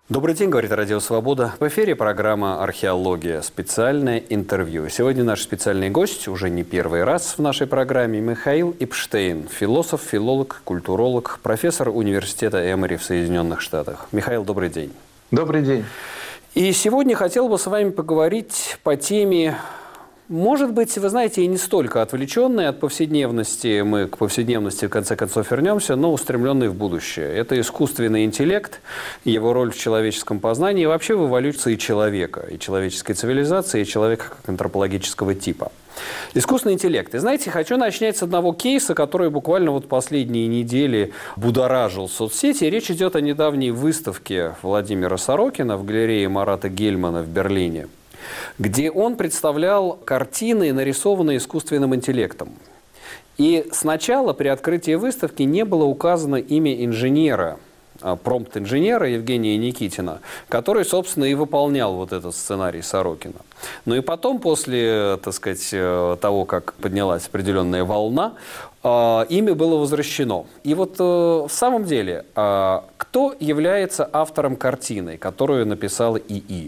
Добрый день, говорит Радио Свобода. В эфире программа «Археология. Специальное интервью». Сегодня наш специальный гость, уже не первый раз в нашей программе, Михаил Эпштейн, философ, филолог, культуролог, профессор университета Эмори в Соединенных Штатах. Михаил, добрый день. Добрый день. И сегодня хотел бы с вами поговорить по теме, может быть, вы знаете, и не столько отвлеченной от повседневности, мы к повседневности в конце концов вернемся, но устремленной в будущее. Это искусственный интеллект, его роль в человеческом познании и вообще в эволюции человека, и человеческой цивилизации, и человека как антропологического типа. Искусственный интеллект. И знаете, хочу начать с одного кейса, который буквально вот последние недели будоражил соцсети. Речь идет о недавней выставке Владимира Сорокина в галерее Марата Гельмана в Берлине, где он представлял картины, нарисованные искусственным интеллектом. И сначала при открытии выставки не было указано имя инженера, промпт-инженера Евгения Никитина, который, собственно, и выполнял вот этот сценарий Сорокина. Ну и потом, после, так сказать, того, как поднялась определенная волна, имя было возвращено. И вот в самом деле, кто является автором картины, которую написал ИИ?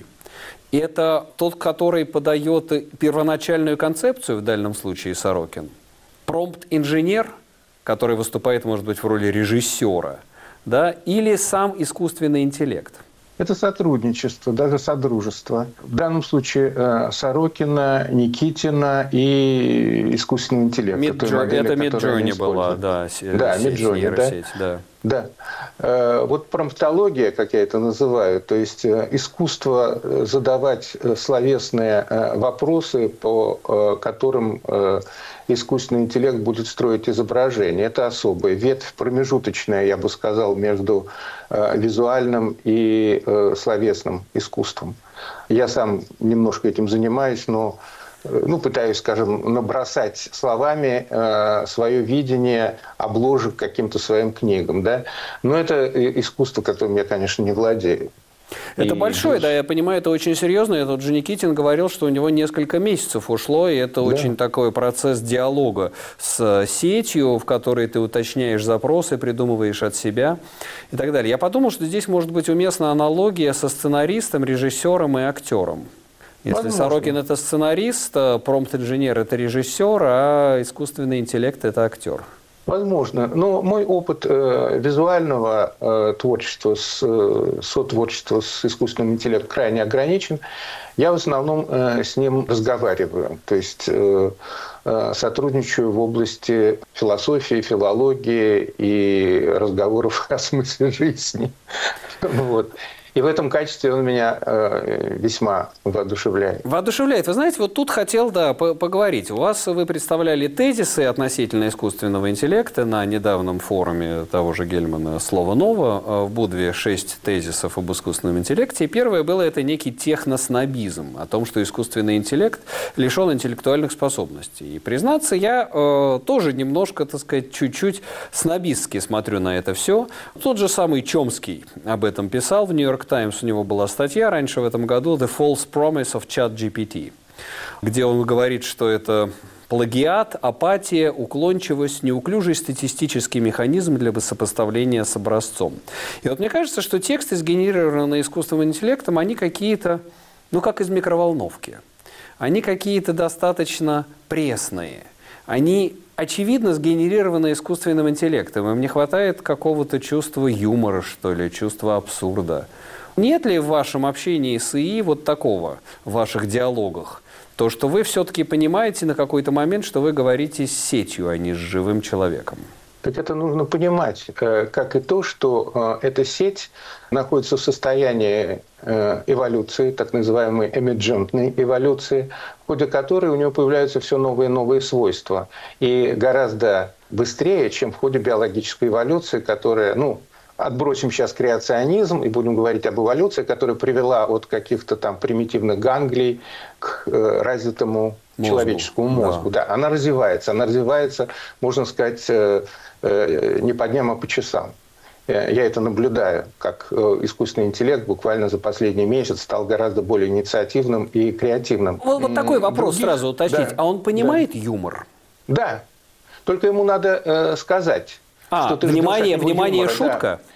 Это тот, который подает первоначальную концепцию, в данном случае Сорокин. Промпт-инженер, который выступает, может быть, в роли режиссера, да, или сам искусственный интеллект? Это сотрудничество, даже содружество. В данном случае Сорокина, Никитина и искусственный интеллект. Это Midjourney была, да, Midjourney, да. Да. Вот промптология, как я это называю, то есть искусство задавать словесные вопросы, по которым искусственный интеллект будет строить изображение. Это особая ветвь, промежуточная, я бы сказал, между визуальным и словесным искусством. Я сам немножко этим занимаюсь, но пытаюсь, скажем, набросать словами свое видение обложек каким-то своим книгам. Да? Но это искусство, которым я, конечно, не владею. Это большое, да, я понимаю, это очень серьезно. Этот же Никитин говорил, что у него несколько месяцев ушло, и это очень такой процесс диалога с сетью, в которой ты уточняешь запросы, придумываешь от себя и так далее. Я подумал, что здесь может быть уместна аналогия со сценаристом, режиссером и актером. Если Сорокин – это сценарист, промпт-инженер – это режиссер, а искусственный интеллект – это актер. Возможно. Но мой опыт визуального творчества, сотворчества с искусственным интеллектом крайне ограничен. Я в основном с ним разговариваю. То есть сотрудничаю в области философии, филологии и разговоров о смысле жизни. Вот. И в этом качестве он меня весьма воодушевляет. Воодушевляет. Вы знаете, вот тут хотел поговорить. Вы представляли тезисы относительно искусственного интеллекта на недавнем форуме того же Гельмана «Слово ново». В Будве 6 тезисов об искусственном интеллекте. И первое было это некий техноснобизм. О том, что искусственный интеллект лишен интеллектуальных способностей. И, признаться, я тоже немножко, так сказать, чуть-чуть снобистски смотрю на это все. Тот же самый Чомский об этом писал в «Нью-Йорк Таймс», у него была статья раньше в этом году «The False Promise of ChatGPT», где он говорит, что это плагиат, апатия, уклончивость, неуклюжий статистический механизм для сопоставления с образцом. И вот мне кажется, что тексты, сгенерированные искусственным интеллектом, они какие-то, как из микроволновки. Они какие-то достаточно пресные. Они, очевидно, сгенерированы искусственным интеллектом. Им не хватает какого-то чувства юмора, что ли, чувства абсурда. Нет ли в вашем общении с ИИ вот такого, в ваших диалогах? То, что вы все-таки понимаете на какой-то момент, что вы говорите с сетью, а не с живым человеком. Так это нужно понимать, как и то, что эта сеть находится в состоянии эволюции, так называемой эмерджентной эволюции, в ходе которой у нее появляются все новые и новые свойства. И гораздо быстрее, чем в ходе биологической эволюции, которая, отбросим сейчас креационизм и будем говорить об эволюции, которая привела от каких-то там примитивных ганглий к развитому человеческому мозгу. Да, она развивается, можно сказать, не по дням, а по часам. Я это наблюдаю, как искусственный интеллект буквально за последний месяц стал гораздо более инициативным и креативным. Вот такой вопрос сразу уточнить. Да, а он понимает юмор? Да, только ему надо сказать, что ты внимание, шутка?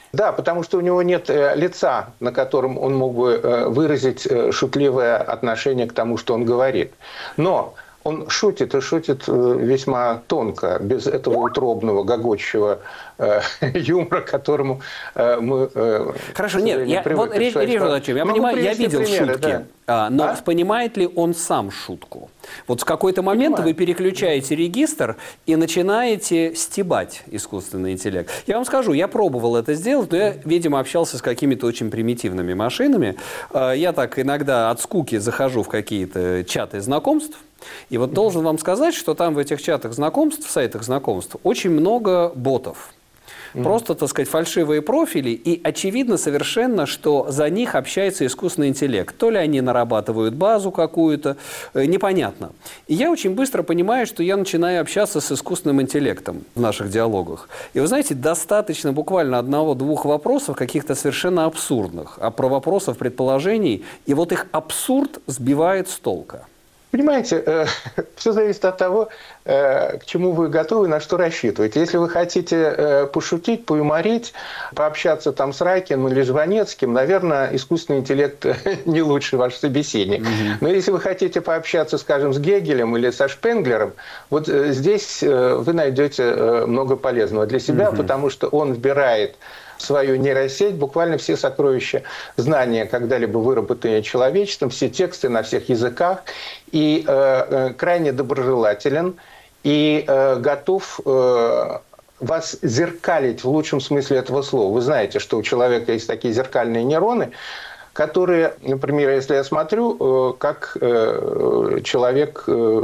Да, потому что у него нет лица, на котором он мог бы выразить шутливое отношение к тому, что он говорит. Но он шутит и шутит весьма тонко, без этого утробного, гогочущего юмора, к которому мы Хорошо, нет, я понимаю, я видел примеры, шутки, но понимает ли он сам шутку? Вот в какой-то момент вы переключаете регистр и начинаете стебать искусственный интеллект. Я вам скажу, я пробовал это сделать, но я, видимо, общался с какими-то очень примитивными машинами. Я так иногда от скуки захожу в какие-то чаты знакомств. И вот должен вам сказать, что там в этих чатах знакомств, в сайтах знакомств очень много ботов. Просто, так сказать, фальшивые профили, и очевидно совершенно, что за них общается искусственный интеллект. То ли они нарабатывают базу какую-то, непонятно. И я очень быстро понимаю, что я начинаю общаться с искусственным интеллектом в наших диалогах. И вы знаете, достаточно буквально одного-двух вопросов, каких-то совершенно абсурдных, а про вопросов предположений, и вот их абсурд сбивает с толка. Понимаете, все зависит от того, к чему вы готовы, на что рассчитываете. Если вы хотите пошутить, поюморить, пообщаться там с Райкиным или Жванецким, наверное, искусственный интеллект не лучший ваш собеседник. Но если вы хотите пообщаться, скажем, с Гегелем или со Шпенглером, вот здесь вы найдете много полезного для себя, потому что он вбирает в свою нейросеть буквально все сокровища знания, когда-либо выработанные человечеством, все тексты на всех языках, и крайне доброжелателен, и готов вас зеркалить в лучшем смысле этого слова. Вы знаете, что у человека есть такие зеркальные нейроны, которые, например, если я смотрю, как человек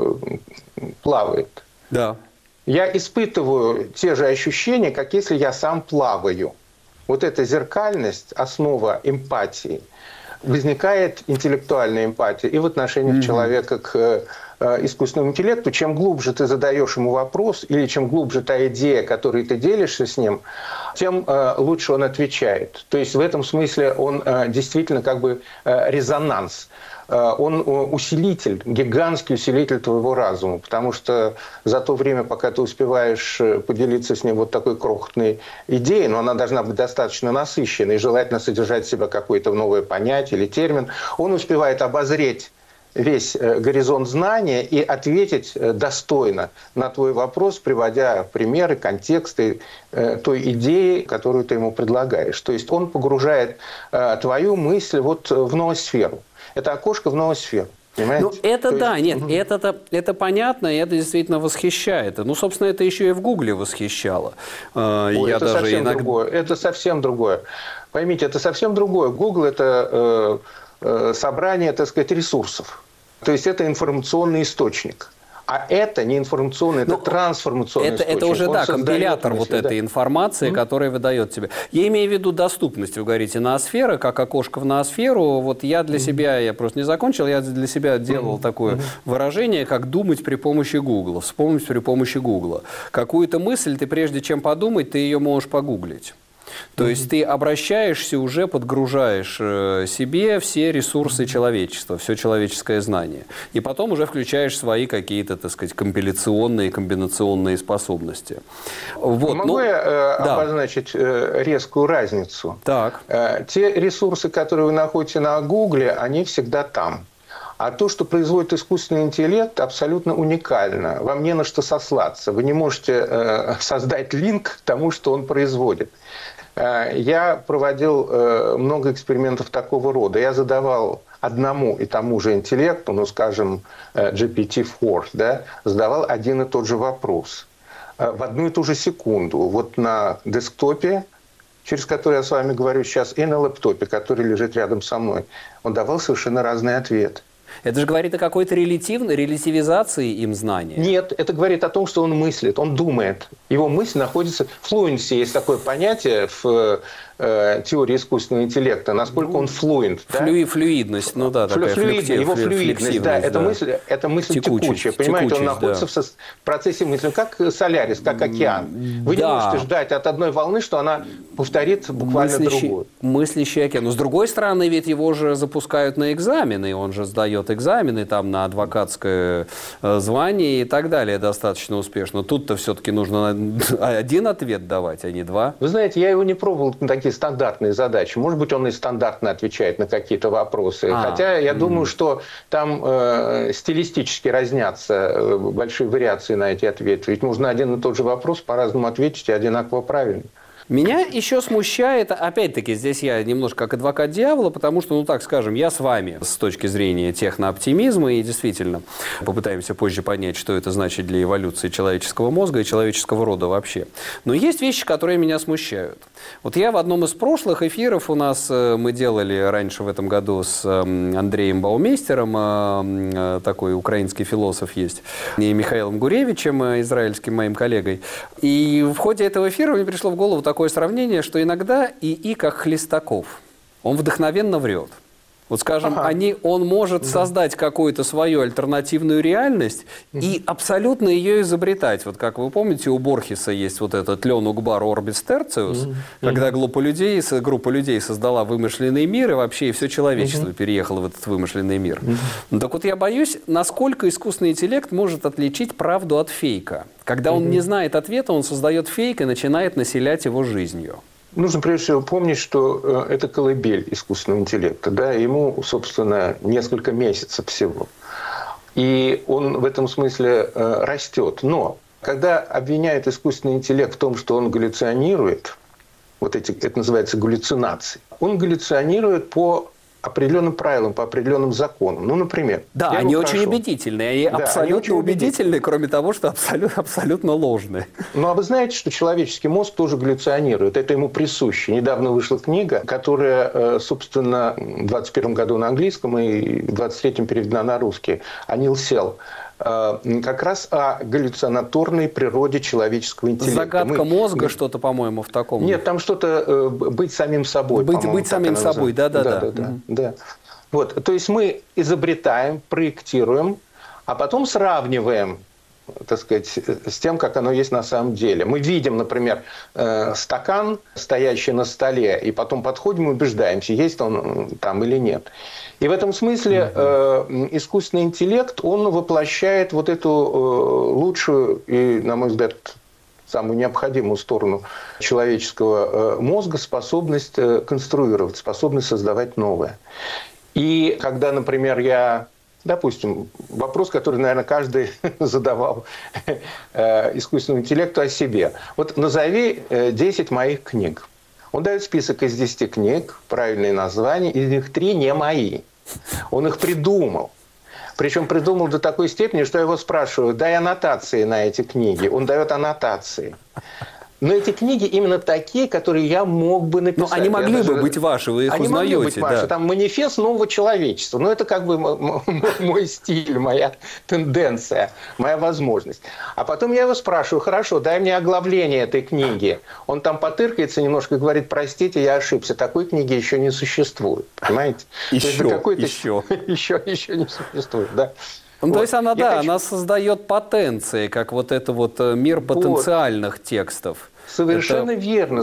плавает, да. Я испытываю те же ощущения, как если я сам плаваю. Вот эта зеркальность, основа эмпатии, возникает интеллектуальная эмпатия и в отношениях человека к искусственному интеллекту. Чем глубже ты задаешь ему вопрос, или чем глубже та идея, которой ты делишься с ним, тем лучше он отвечает. То есть в этом смысле он действительно как бы резонанс. Он усилитель, гигантский усилитель твоего разума, потому что за то время, пока ты успеваешь поделиться с ним вот такой крохотной идеей, но она должна быть достаточно насыщенной и желательно содержать в себе какое-то новое понятие или термин, он успевает обозреть весь горизонт знания и ответить достойно на твой вопрос, приводя примеры, контексты той идеи, которую ты ему предлагаешь. То есть он погружает твою мысль вот в ноосферу. Это окошко в ноосферу. Понимаете? Ну, это то да, есть... нет, это понятно, и это действительно восхищает. Ну, собственно, это еще и в Гугле восхищало. Ой, это даже совсем другое. Это совсем другое. Поймите, это совсем другое. Google – это собрание, так сказать, ресурсов. То есть это информационный источник. А это не информационный, это трансформационный источник. Это уже, да, компилятор мысли, вот этой информации, которая выдает тебе. Я имею в виду доступность, вы говорите, ноосфера, как окошко в ноосферу. Вот я для себя, я просто не закончил, я для себя делал такое выражение, как думать при помощи Гугла, вспомнить при помощи Гугла. Какую-то мысль ты, прежде чем подумать, ты ее можешь погуглить. То есть ты обращаешься, уже подгружаешь себе все ресурсы человечества, все человеческое знание. И потом уже включаешь свои какие-то, так сказать, компиляционные, комбинационные способности. Вот, могу я обозначить резкую разницу? Так. Те ресурсы, которые вы находите на Гугле, они всегда там. А то, что производит искусственный интеллект, абсолютно уникально. Вам не на что сослаться. Вы не можете создать линк к тому, что он производит. Я проводил много экспериментов такого рода. Я задавал одному и тому же интеллекту, ну, скажем, GPT-4, да, задавал один и тот же вопрос. В одну и ту же секунду. Вот на десктопе, через который я с вами говорю сейчас, и на лэптопе, который лежит рядом со мной, он давал совершенно разный ответ. Это же говорит о какой-то релятивизации им знания. Нет, это говорит о том, что он мыслит, он думает. Его мысль находится... В fluency есть такое понятие в теории искусственного интеллекта, насколько он fluent. Флюидность, ну да, такая его флюидность, да, это мысль текучая. Понимаете, он находится в процессе мысли, как Солярис, как океан. Вы не можете ждать от одной волны, что она повторит буквально другую. Мыслящий океан. Но с другой стороны, ведь его же запускают на экзамены, он же сдает экзамены там на адвокатское звание и так далее достаточно успешно. Тут-то все-таки нужно один ответ давать, а не два. Вы знаете, я его не пробовал на таких такие стандартные задачи. Может быть, он и стандартно отвечает на какие-то вопросы. Хотя я думаю, что там стилистически разнятся большие вариации на эти ответы. Ведь можно один и тот же вопрос по-разному ответить и одинаково правильно. Меня еще смущает, опять-таки, здесь я немножко как адвокат дьявола, потому что, ну так скажем, я с вами с точки зрения технооптимизма, и действительно попытаемся позже понять, что это значит для эволюции человеческого мозга и человеческого рода вообще. Но есть вещи, которые меня смущают. Вот я в одном из прошлых эфиров у нас, мы делали раньше в этом году с Андреем Баумейстером, такой украинский философ есть, и Михаилом Гуревичем, израильским моим коллегой. И в ходе этого эфира мне пришло в голову такое сравнение, что иногда ИИ как Хлестаков. Он вдохновенно врет. Вот, скажем, он может создать какую-то свою альтернативную реальность и абсолютно ее изобретать. Вот как вы помните, у Борхеса есть вот этот Лен Угбар Орбис Терциус, когда группа людей создала вымышленный мир, и вообще все человечество переехало в этот вымышленный мир. Ну, так вот я боюсь, насколько искусственный интеллект может отличить правду от фейка. Когда он не знает ответа, он создает фейк и начинает населять его жизнью. Нужно прежде всего помнить, что это колыбель искусственного интеллекта. Да? Ему, собственно, несколько месяцев всего. И он в этом смысле растет. Но когда обвиняют искусственный интеллект в том, что он галлюционирует, это называется галлюцинацией, он галлюционирует по определенным правилам, по определенным законам. Ну, например... Да, они очень убедительные. Они абсолютно убедительные, кроме того, что абсолютно ложные. Ну, а вы знаете, что человеческий мозг тоже галлюционирует. Это ему присуще. Недавно вышла книга, которая, собственно, в 2021 году на английском и в 2023 переведена на русский. Анил Сел. Как раз о галлюцинаторной природе человеческого интеллекта. Загадка мозга что-то, по-моему, в таком. Нет, там что-то быть самим собой. Быть самим собой, да. Вот, то есть мы изобретаем, проектируем, а потом сравниваем, так сказать, с тем, как оно есть на самом деле. Мы видим, например, стакан, стоящий на столе, и потом подходим и убеждаемся, есть он там или нет. И в этом смысле искусственный интеллект, он воплощает вот эту лучшую и, на мой взгляд, самую необходимую сторону человеческого мозга, способность конструировать, способность создавать новое. И когда, например, допустим, вопрос, который, наверное, каждый задавал искусственному интеллекту о себе. Вот назови 10 моих книг. Он дает список из 10 книг, правильные названия, из них 3 не мои. Он их придумал. Причем придумал до такой степени, что я его спрашиваю, дай аннотации на эти книги. Он дает аннотации. Но эти книги именно такие, которые я мог бы написать. Но они могли бы быть ваши, вы их узнаете. Они могли быть ваши. Там манифест нового человечества. Но это как бы мой стиль, моя тенденция, моя возможность. А потом я его спрашиваю, хорошо, дай мне оглавление этой книги. Он там потыркается немножко и говорит, простите, я ошибся, такой книги еще не существует. Понимаете? Еще не существует, да. Ну, то есть она создает потенции, как вот это вот мир потенциальных текстов. Совершенно верно.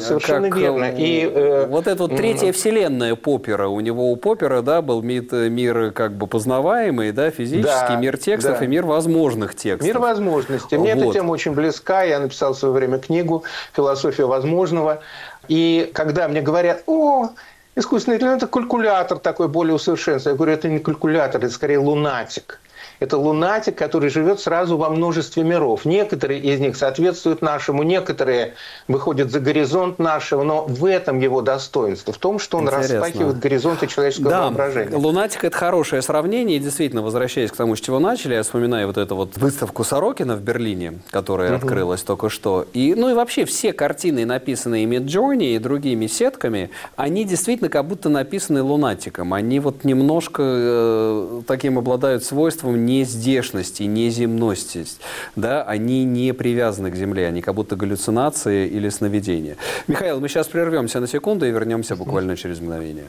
И вот эта вот третья вселенная Поппера. У Поппера, был мир как бы познаваемый, физический, мир текстов и мир возможных текстов. Мир возможностей. Мне эта тема очень близка. Я написал в свое время книгу «Философия возможного». И когда мне говорят, искусственный интеллект – это калькулятор такой более усовершенствованный. Я говорю, это не калькулятор, это скорее лунатик. Это лунатик, который живет сразу во множестве миров. Некоторые из них соответствуют нашему, некоторые выходят за горизонт нашего, но в этом его достоинство, в том, что он распахивает горизонты человеческого воображения. Лунатик – это хорошее сравнение, и действительно, возвращаясь к тому, с чего начали, я вспоминаю вот эту вот выставку Сорокина в Берлине, которая открылась только что. И вообще все картины, написанные Midjourney и другими сетками, они действительно как будто написаны лунатиком. Они вот немножко таким обладают свойством нездешности, неземности. Они не привязаны к Земле, они как будто галлюцинации или сновидения. Михаил, мы сейчас прервемся на секунду и вернемся буквально через мгновение.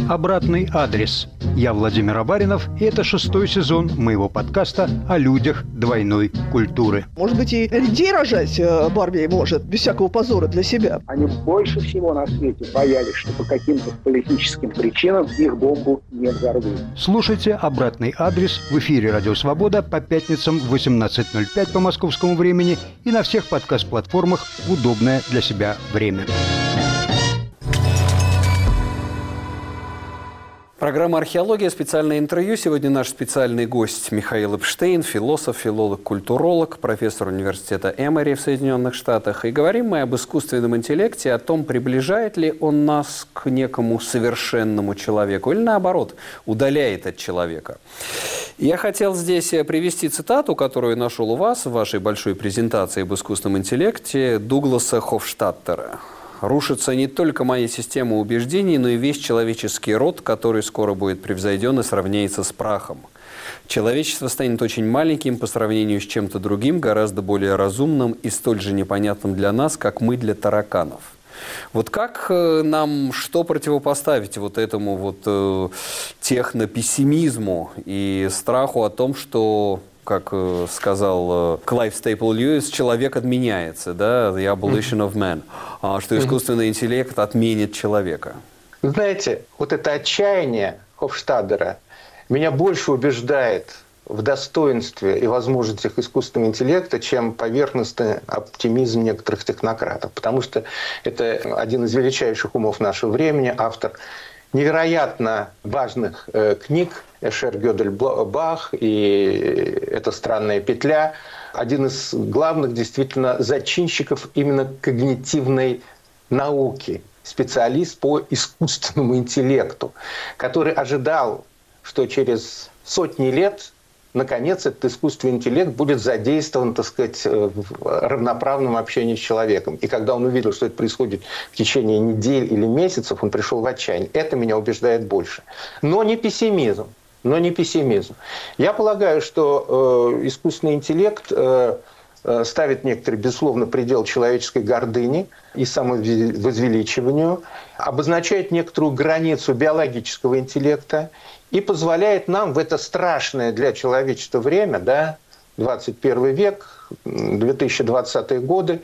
«Обратный адрес». Я Владимир Абаринов, и это 6-й сезон моего подкаста о людях двойной культуры. Может быть, и людей рожать Барби может, без всякого позора для себя. Они больше всего на свете боялись, что по каким-то политическим причинам их бомбу не взорвут. Слушайте «Обратный адрес» в эфире «Радио Свобода» по пятницам в 18:05 по московскому времени и на всех подкаст-платформах в удобное для себя время. Программа «Археология», специальное интервью. Сегодня наш специальный гость Михаил Эпштейн, философ, филолог, культуролог, профессор университета Эмори в Соединенных Штатах. И говорим мы об искусственном интеллекте, о том, приближает ли он нас к некому совершенному человеку или, наоборот, удаляет от человека. Я хотел здесь привести цитату, которую нашел у вас в вашей большой презентации об искусственном интеллекте, Дугласа Хофштаттера. «Рушится не только моя система убеждений, но и весь человеческий род, который скоро будет превзойден и сравняется с прахом. Человечество станет очень маленьким по сравнению с чем-то другим, гораздо более разумным и столь же непонятным для нас, как мы для тараканов». Вот как нам что противопоставить вот этому вот технопессимизму и страху о том, что, как сказал Клайв Стейпл Льюис, человек отменяется, да, the abolition of man, что искусственный интеллект отменит человека? Знаете, вот это отчаяние Хофштадтера меня больше убеждает в достоинстве и возможностях искусственного интеллекта, чем поверхностный оптимизм некоторых технократов. Потому что это один из величайших умов нашего времени, автор невероятно важных книг Эшер Гёдель Бах и «Это странная петля». Один из главных действительно зачинщиков именно когнитивной науки, специалист по искусственному интеллекту, который ожидал, что через сотни лет наконец этот искусственный интеллект будет задействован, так сказать, в равноправном общении с человеком. И когда он увидел, что это происходит в течение недель или месяцев, он пришел в отчаяние. Это меня убеждает больше. Но не пессимизм. Я полагаю, что искусственный интеллект ставит некоторый, безусловно, предел человеческой гордыни и самовозвеличиванию, обозначает некоторую границу биологического интеллекта и позволяет нам в это страшное для человечества время, да, 21 век, 2020-е годы,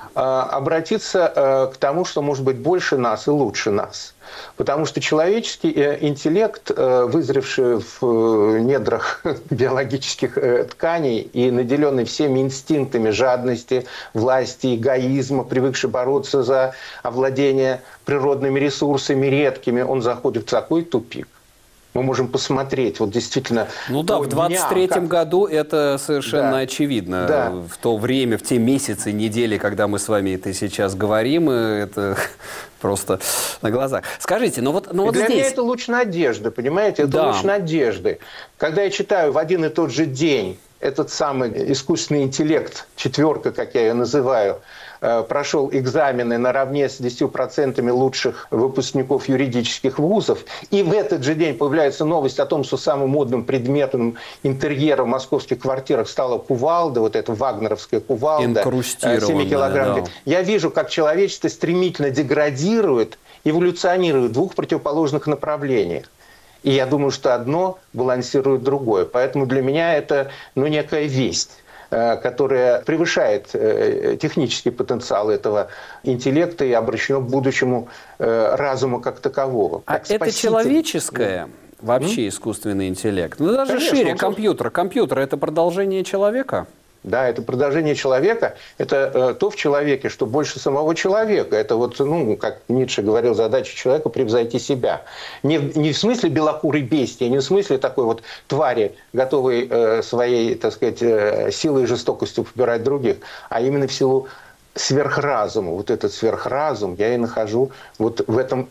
обратиться к тому, что может быть больше нас и лучше нас. Потому что человеческий интеллект, вызревший в недрах биологических тканей и наделенный всеми инстинктами жадности, власти, эгоизма, привыкший бороться за овладение природными ресурсами редкими, он заходит в такой тупик. Мы можем посмотреть, вот действительно... Ну да, в 23-м году это совершенно очевидно. Да. В то время, в те месяцы, недели, когда мы с вами это сейчас говорим, это просто на глазах. Скажите, но вот для здесь... меня это луч надежды, понимаете? Это луч надежды. Когда я читаю в один и тот же день этот самый искусственный интеллект, четверка, как я ее называю, прошел экзамены наравне с 10% лучших выпускников юридических вузов. И в этот же день появляется новость о том, что самым модным предметом интерьера в московских квартирах стала кувалда, вот эта вагнеровская кувалда, 7 килограмм. Да. Я вижу, как человечество стремительно деградирует, эволюционирует в двух противоположных направлениях. И я думаю, что одно балансирует другое. Поэтому для меня это некая весть, которая превышает технический потенциал этого интеллекта и обращена к будущему разуму как такового. Как это человеческое вообще искусственный интеллект? Ну даже конечно, шире компьютер. Компьютер – это продолжение человека? Да, это продолжение человека, это то в человеке, что больше самого человека. Это вот, как Ницше говорил, задача человека превзойти себя. Не в смысле белокурой бестии, не в смысле такой вот твари, готовой своей, так сказать, силой и жестокостью побирать других, а именно в силу сверхразума. Вот этот сверхразум я и нахожу вот в этом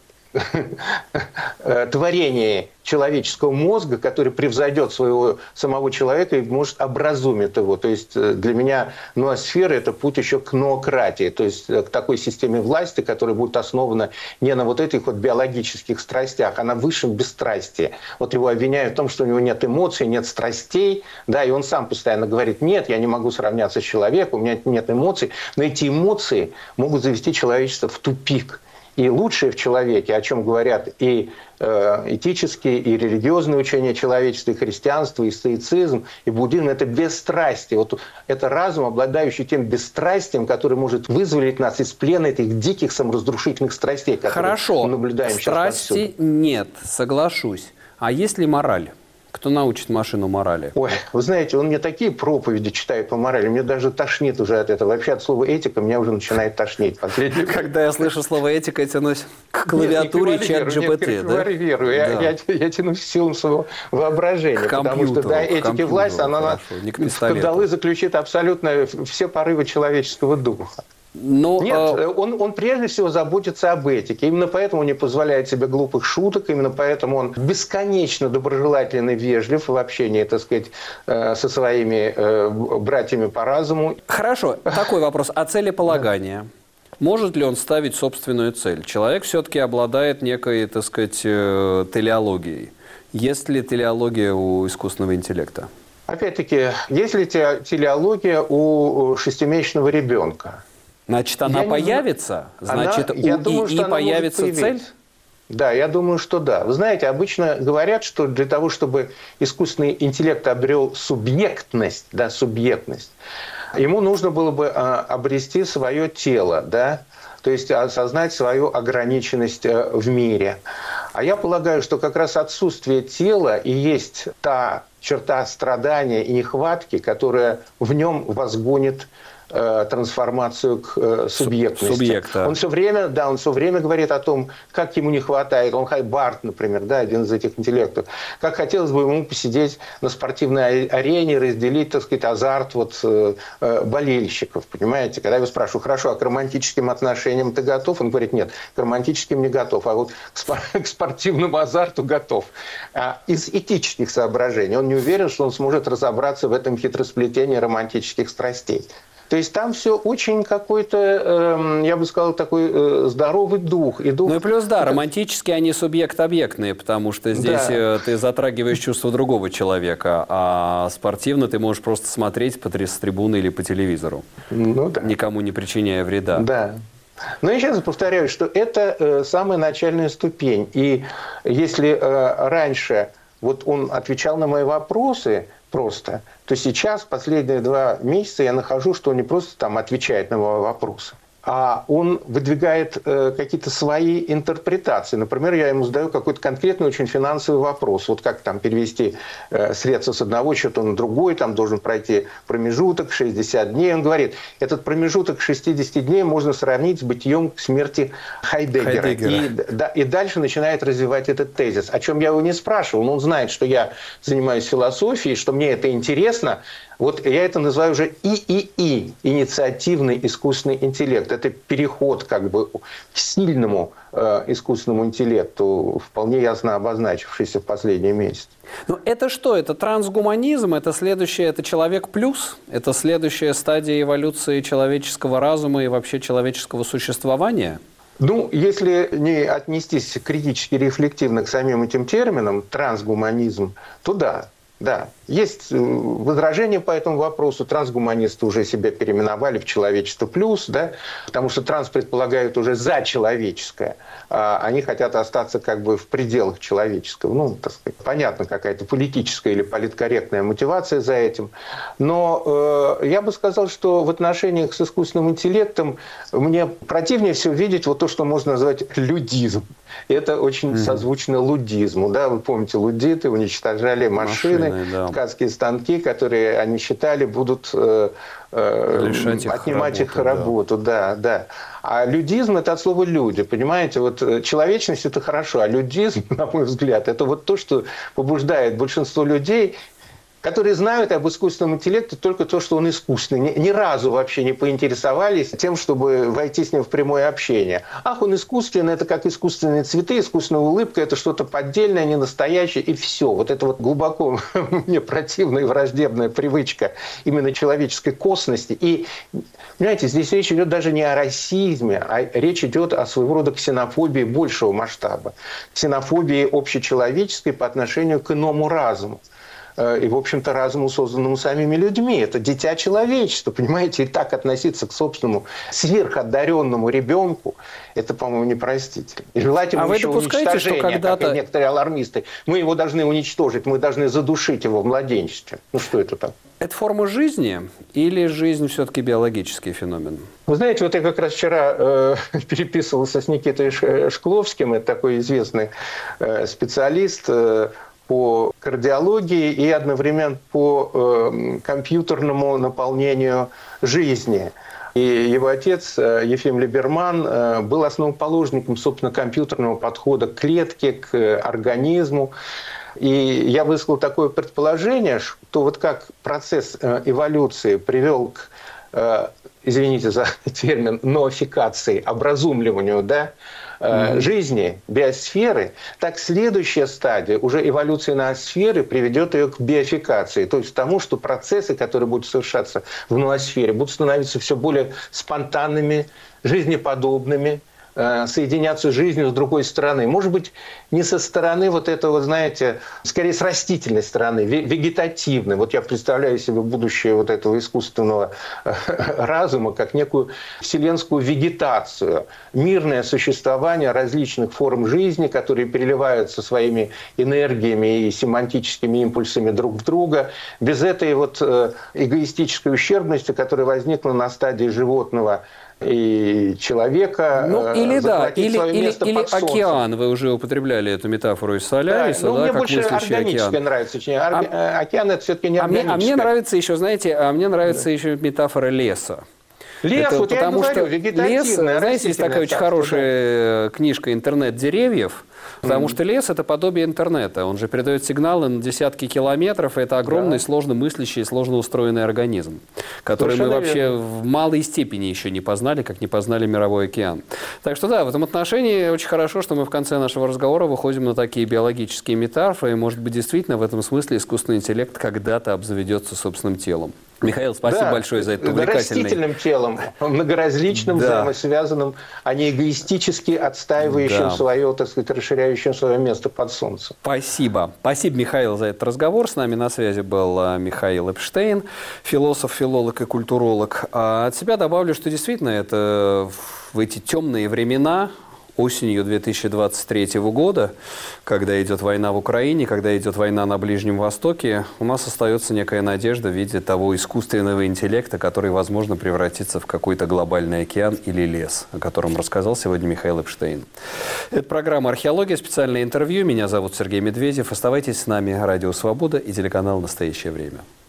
творение человеческого мозга, который превзойдет своего самого человека и может образумить его. То есть для меня ноосфера – это путь еще к ноократии, то есть к такой системе власти, которая будет основана не на вот этих вот биологических страстях, а на высшем бесстрастии. Вот его обвиняют в том, что у него нет эмоций, нет страстей, да, и он сам постоянно говорит: нет, я не могу сравняться с человеком, у меня нет эмоций, но эти эмоции могут завести человечество в тупик. И лучшее в человеке, о чем говорят и этические, и религиозные учения человечества, и христианство, и стоицизм, и буддизм, это бесстрастие. Вот это разум, обладающий тем бесстрастием, который может вызволить нас из плена этих диких саморазрушительных страстей, которые мы наблюдаем сейчас повсюду. Страсти нет, соглашусь. А есть ли мораль? Кто научит машину морали? Ой, вы знаете, он мне такие проповеди читает по морали, мне даже тошнит уже от этого. Вообще от слова «этика» меня уже начинает тошнить. Когда я слышу слово «этика», я тянусь к клавиатуре чат-GPT. Я тянусь к силам своего воображения. Потому что этики власть, она в кандалы заключит абсолютно все порывы человеческого духа. Нет, он прежде всего заботится об этике. Именно поэтому он не позволяет себе глупых шуток, именно поэтому он бесконечно доброжелателен и вежлив в общении, так сказать, со своими братьями по разуму. Хорошо, такой вопрос. А целеполагание? Может ли он ставить собственную цель? Человек все-таки обладает некой, так сказать, телеологией. Есть ли телеология у искусственного интеллекта? Опять-таки, есть ли телеология у 6-месячного ребенка? Значит, она появится? Значит, у ИИ появится цель? Да, я думаю, что да. Вы знаете, обычно говорят, что для того, чтобы искусственный интеллект обрел субъектность, ему нужно было бы обрести свое тело, да? То есть осознать свою ограниченность в мире. А я полагаю, что как раз отсутствие тела и есть та черта страдания и нехватки, которая в нем возгонит трансформацию к субъектности. Субъекта. Он все время говорит о том, как ему не хватает. Барт, например, да, один из этих интеллектов. Как хотелось бы ему посидеть на спортивной арене, разделить, так сказать, азарт болельщиков, понимаете? Когда я его спрашиваю, хорошо, а к романтическим отношениям ты готов? Он говорит, нет, к романтическим не готов, а вот к спортивному азарту готов. Из этических соображений. Он не уверен, что он сможет разобраться в этом хитросплетении романтических страстей. То есть там все очень какой-то, я бы сказал, такой здоровый дух. Ну и плюс, да, романтические, они субъект-объектные, потому что здесь ты затрагиваешь чувство другого человека, а спортивно ты можешь просто смотреть с трибуны или по телевизору, никому не причиняя вреда. Да. Но я сейчас повторяю, что это самая начальная ступень. И если раньше вот он отвечал на мои вопросы просто, то сейчас, последние 2 месяца, я нахожу, что он не просто там отвечает на мои вопросы, а он выдвигает какие-то свои интерпретации. Например, я ему задаю какой-то конкретный очень финансовый вопрос. Вот как там перевести средства с одного счета на другой, там должен пройти промежуток 60 дней. Он говорит, этот промежуток 60 дней можно сравнить с бытием смерти Хайдеггера. И дальше начинает развивать этот тезис. О чем я его не спрашивал, но он знает, что я занимаюсь философией, что мне это интересно. Вот я это называю уже ИИИ, инициативный искусственный интеллект. Это переход как бы к сильному искусственному интеллекту, вполне ясно обозначившийся в последние месяцы. Ну это что? Это трансгуманизм? Это следующее, это человек плюс? Это следующая стадия эволюции человеческого разума и вообще человеческого существования? Ну, если не отнестись критически рефлективно к самим этим терминам, трансгуманизм, то да. Да, есть возражения по этому вопросу. Трансгуманисты уже себя переименовали в «человечество плюс», да, потому что транс предполагает уже зачеловеческое, а они хотят остаться как бы в пределах человеческого. Ну, так сказать, понятно, какая-то политическая или политкорректная мотивация за этим. Но я бы сказал, что в отношениях с искусственным интеллектом мне противнее всего видеть вот то, что можно назвать людизм. Это очень созвучно лудизму. Да? Вы помните, лудиты уничтожали машины, ткацкие станки, которые они считали будут отнимать их работу. Да. А людизм – это от слова «люди». Понимаете, вот человечность – это хорошо, а людизм, на мой взгляд, это вот то, что побуждает большинство людей, которые знают об искусственном интеллекте только то, что он искусственный. Ни разу вообще не поинтересовались тем, чтобы войти с ним в прямое общение. Ах, он искусственный, это как искусственные цветы, искусственная улыбка, это что-то поддельное, не настоящее, и все. Вот это вот глубоко мне противная и враждебная привычка именно человеческой косности. И, понимаете, здесь речь идет даже не о расизме, а речь идет о своего рода ксенофобии большего масштаба. Ксенофобии общечеловеческой по отношению к иному разуму. и, в общем-то, разуму, созданному самими людьми. Это дитя человечества, понимаете? И так относиться к собственному сверходаренному ребенку, это, по-моему, непростительно. И желательно еще уничтожение, как и некоторые алармисты. Мы его должны уничтожить, мы должны задушить его в младенчестве. Ну, что это так? Это форма жизни или жизнь все-таки биологический феномен? Вы знаете, вот я как раз вчера переписывался с Никитой Шкловским, это такой известный специалист по кардиологии и одновременно по компьютерному наполнению жизни. И его отец, Ефим Либерман, был основоположником, собственно, компьютерного подхода к клетке, к организму. И я высказал такое предположение, что вот как процесс эволюции привел к, извините за термин, ноификации, образумливанию, да, жизни, биосферы, так следующая стадия уже эволюции ноосферы приведет ее к биофикации, то есть к тому, что процессы, которые будут совершаться в ноосфере, будут становиться все более спонтанными, жизнеподобными, соединяться с жизнью с другой стороны. Может быть, не со стороны вот этого, знаете, скорее с растительной стороны, вегетативной. Вот я представляю себе будущее вот этого искусственного разума как некую вселенскую вегетацию, мирное существование различных форм жизни, которые переливаются своими энергиями и семантическими импульсами друг в друга, без этой вот эгоистической ущербности, которая возникла на стадии животного и человека. Ну, или да, или океан. Вы уже употребляли эту метафору из Соляриса. Да, мне больше органическое нравится. Океан это все-таки не органическое. А мне нравится еще, знаете, еще метафора леса. Лес, это вот потому я говорю, что лес, знаете, есть такая очень хорошая книжка «Интернет деревьев», потому что лес – это подобие интернета. Он же передает сигналы на десятки километров, и это огромный, сложно мыслящий, сложно устроенный организм, который мы вообще в малой степени еще не познали, как не познали мировой океан. Так что да, в этом отношении очень хорошо, что мы в конце нашего разговора выходим на такие биологические метафоры, и, может быть, действительно в этом смысле искусственный интеллект когда-то обзаведется собственным телом. Михаил, спасибо большое за этот увлекательный... растительным телом, многоразличным, взаимосвязанным, а не эгоистически отстаивающим свое, так сказать, расширяющим свое место под солнцем. Спасибо. Спасибо, Михаил, за этот разговор. С нами на связи был Михаил Эпштейн, философ, филолог и культуролог. А от себя добавлю, что действительно это в эти темные времена, осенью 2023 года, когда идет война в Украине, когда идет война на Ближнем Востоке, у нас остается некая надежда в виде того искусственного интеллекта, который, возможно, превратится в какой-то глобальный океан или лес, о котором рассказал сегодня Михаил Эпштейн. Это программа «Археология», специальное интервью. Меня зовут Сергей Медведев. Оставайтесь с нами. Радио «Свобода» и телеканал «Настоящее время».